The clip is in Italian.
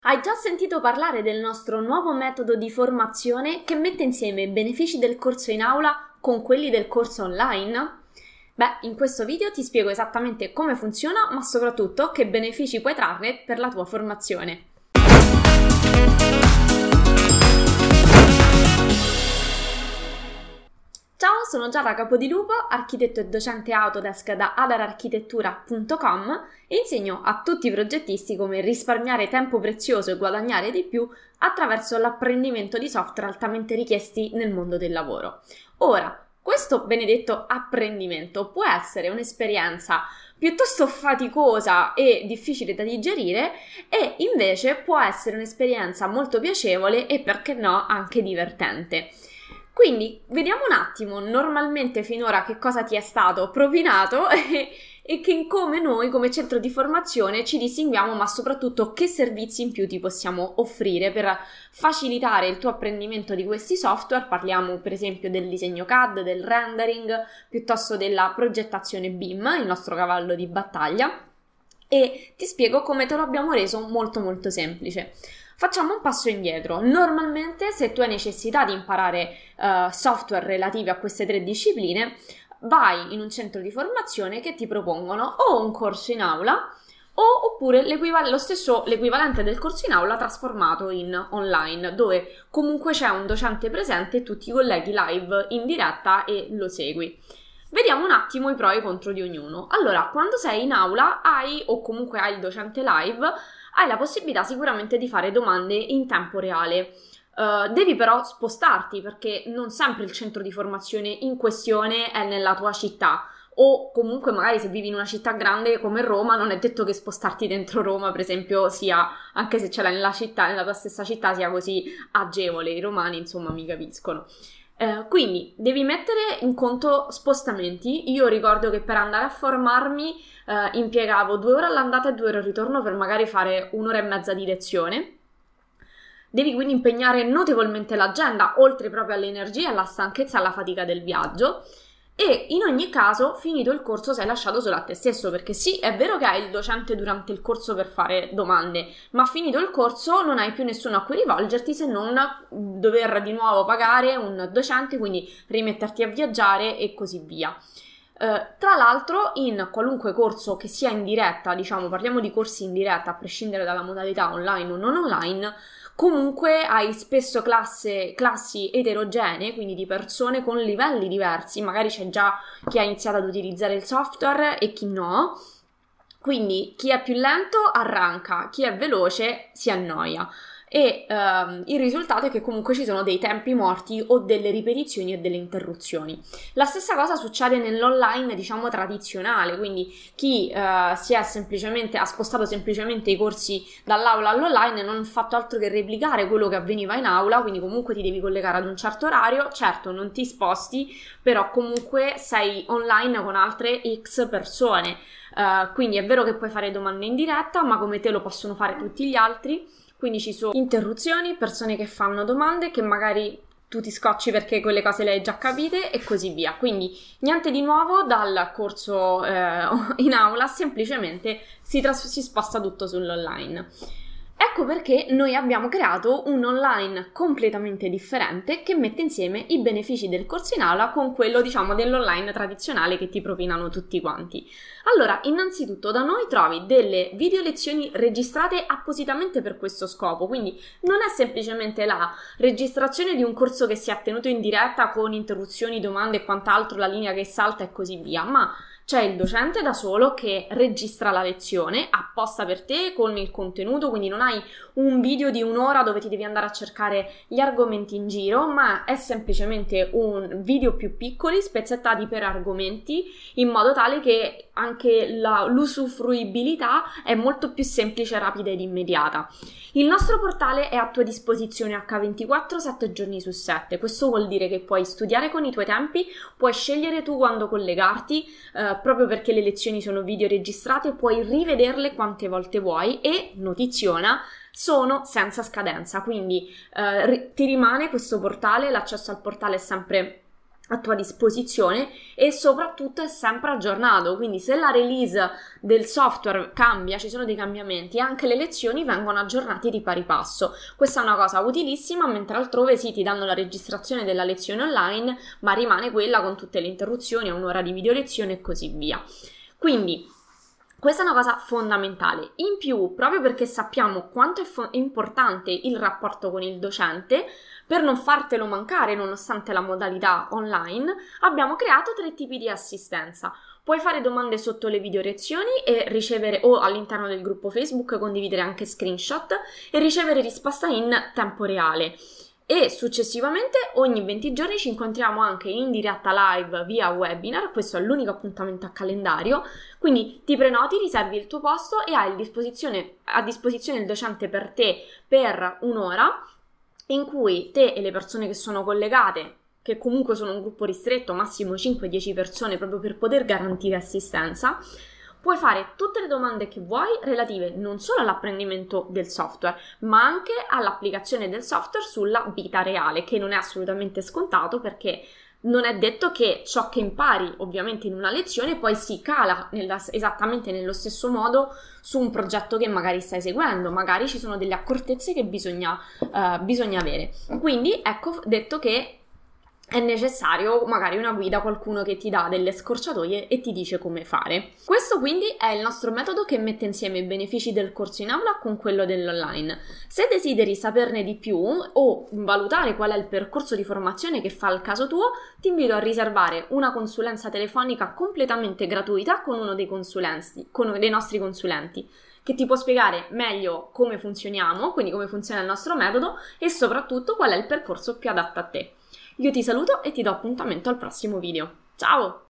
Hai già sentito parlare del nostro nuovo metodo di formazione che mette insieme i benefici del corso in aula con quelli del corso online? Beh, in questo video ti spiego esattamente come funziona, ma soprattutto che benefici puoi trarre per la tua formazione. Ciao, sono Giada Capodilupo, architetto e docente Autodesk da adararchitettura.com e insegno a tutti i progettisti come risparmiare tempo prezioso e guadagnare di più attraverso l'apprendimento di software altamente richiesti nel mondo del lavoro. Ora, questo benedetto apprendimento può essere un'esperienza piuttosto faticosa e difficile da digerire e invece può essere un'esperienza molto piacevole e perché no anche divertente. Quindi vediamo un attimo normalmente finora che cosa ti è stato propinato e come noi come centro di formazione ci distinguiamo, ma soprattutto che servizi in più ti possiamo offrire per facilitare il tuo apprendimento di questi software. Parliamo per esempio del disegno CAD, del rendering, piuttosto della progettazione BIM, il nostro cavallo di battaglia, e ti spiego come te lo abbiamo reso molto semplice. Facciamo un passo indietro. Normalmente se tu hai necessità di imparare software relativi a queste tre discipline, vai in un centro di formazione che ti propongono o un corso in aula oppure l'equivalente del corso in aula trasformato in online, dove comunque c'è un docente presente e tu ti colleghi live in diretta e lo segui. Vediamo un attimo i pro e i contro di ognuno. Allora, quando sei in aula o comunque hai il docente live, hai la possibilità sicuramente di fare domande in tempo reale. Devi però spostarti perché non sempre il centro di formazione in questione è nella tua città, o comunque magari se vivi in una città grande come Roma non è detto che spostarti dentro Roma per esempio sia, anche se ce l'hai nella tua stessa città, sia così agevole. I romani insomma mi capiscono. Quindi devi mettere in conto spostamenti. Io ricordo che per andare a formarmi impiegavo 2 ore all'andata e 2 ore al ritorno per magari fare 1 ora e mezza di lezione. Devi quindi impegnare notevolmente l'agenda, oltre proprio alle energie, alla stanchezza e alla fatica del viaggio. E in ogni caso, finito il corso, sei lasciato solo a te stesso, perché sì, è vero che hai il docente durante il corso per fare domande, ma finito il corso non hai più nessuno a cui rivolgerti se non dover di nuovo pagare un docente, quindi rimetterti a viaggiare e così via. Tra l'altro, in qualunque corso che sia in diretta, diciamo, parliamo di corsi in diretta, a prescindere dalla modalità online o non online, comunque hai spesso classi eterogenee, quindi di persone con livelli diversi, magari c'è già chi ha iniziato ad utilizzare il software e chi no, quindi chi è più lento arranca, chi è veloce si annoia. E il risultato è che comunque ci sono dei tempi morti o delle ripetizioni e delle interruzioni. La stessa cosa succede nell'online, diciamo, tradizionale, quindi chi ha spostato semplicemente i corsi dall'aula all'online e non ha fatto altro che replicare quello che avveniva in aula, quindi comunque ti devi collegare ad un certo orario, certo non ti sposti, però comunque sei online con altre X persone, quindi è vero che puoi fare domande in diretta, ma come te lo possono fare tutti gli altri. Quindi ci sono interruzioni, persone che fanno domande, che magari tu ti scocci perché quelle cose le hai già capite e così via. Quindi niente di nuovo dal corso in aula, semplicemente si sposta tutto sull'online. Ecco perché noi abbiamo creato un online completamente differente che mette insieme i benefici del corso in aula con quello, diciamo, dell'online tradizionale che ti propinano tutti quanti. Allora, innanzitutto da noi trovi delle video lezioni registrate appositamente per questo scopo, quindi non è semplicemente la registrazione di un corso che si è tenuto in diretta con interruzioni, domande e quant'altro, la linea che salta e così via, ma c'è il docente da solo che registra la lezione apposta per te con il contenuto, quindi non hai un video di 1 ora dove ti devi andare a cercare gli argomenti in giro, ma è semplicemente un video più piccoli, spezzettati per argomenti, in modo tale che anche l'usufruibilità è molto più semplice, rapida ed immediata. Il nostro portale è a tua disposizione H24, 7 giorni su 7. Questo vuol dire che puoi studiare con i tuoi tempi, puoi scegliere tu quando collegarti, proprio perché le lezioni sono video registrate, puoi rivederle quante volte vuoi e, notiziona, sono senza scadenza, quindi ti rimane questo portale, l'accesso al portale è sempre a tua disposizione e soprattutto è sempre aggiornato, quindi se la release del software cambia, ci sono dei cambiamenti, anche le lezioni vengono aggiornate di pari passo. Questa è una cosa utilissima, mentre altrove sì, ti danno la registrazione della lezione online, ma rimane quella con tutte le interruzioni, un'ora di video lezione e così via. Quindi questa è una cosa fondamentale. In più, proprio perché sappiamo quanto è importante il rapporto con il docente, per non fartelo mancare nonostante la modalità online, abbiamo creato 3 tipi di assistenza. Puoi fare domande sotto le video lezioni e ricevere, o all'interno del gruppo Facebook condividere anche screenshot e ricevere risposta in tempo reale. E successivamente ogni 20 giorni ci incontriamo anche in diretta live via webinar, questo è l'unico appuntamento a calendario, quindi ti prenoti, riservi il tuo posto e hai a disposizione il docente per te per un'ora, in cui te e le persone che sono collegate, che comunque sono un gruppo ristretto, massimo 5-10 persone, proprio per poter garantire assistenza, puoi fare tutte le domande che vuoi relative non solo all'apprendimento del software, ma anche all'applicazione del software sulla vita reale, che non è assolutamente scontato perché non è detto che ciò che impari ovviamente in una lezione poi si cala esattamente nello stesso modo su un progetto che magari stai seguendo, magari ci sono delle accortezze che bisogna avere. Quindi ecco detto che è necessario magari una guida, qualcuno che ti dà delle scorciatoie e ti dice come fare. Questo quindi è il nostro metodo che mette insieme i benefici del corso in aula con quello dell'online. Se desideri saperne di più o valutare qual è il percorso di formazione che fa il caso tuo, ti invito a riservare una consulenza telefonica completamente gratuita con uno dei nostri consulenti, che ti può spiegare meglio come funzioniamo, quindi come funziona il nostro metodo e soprattutto qual è il percorso più adatto a te. Io ti saluto e ti do appuntamento al prossimo video. Ciao!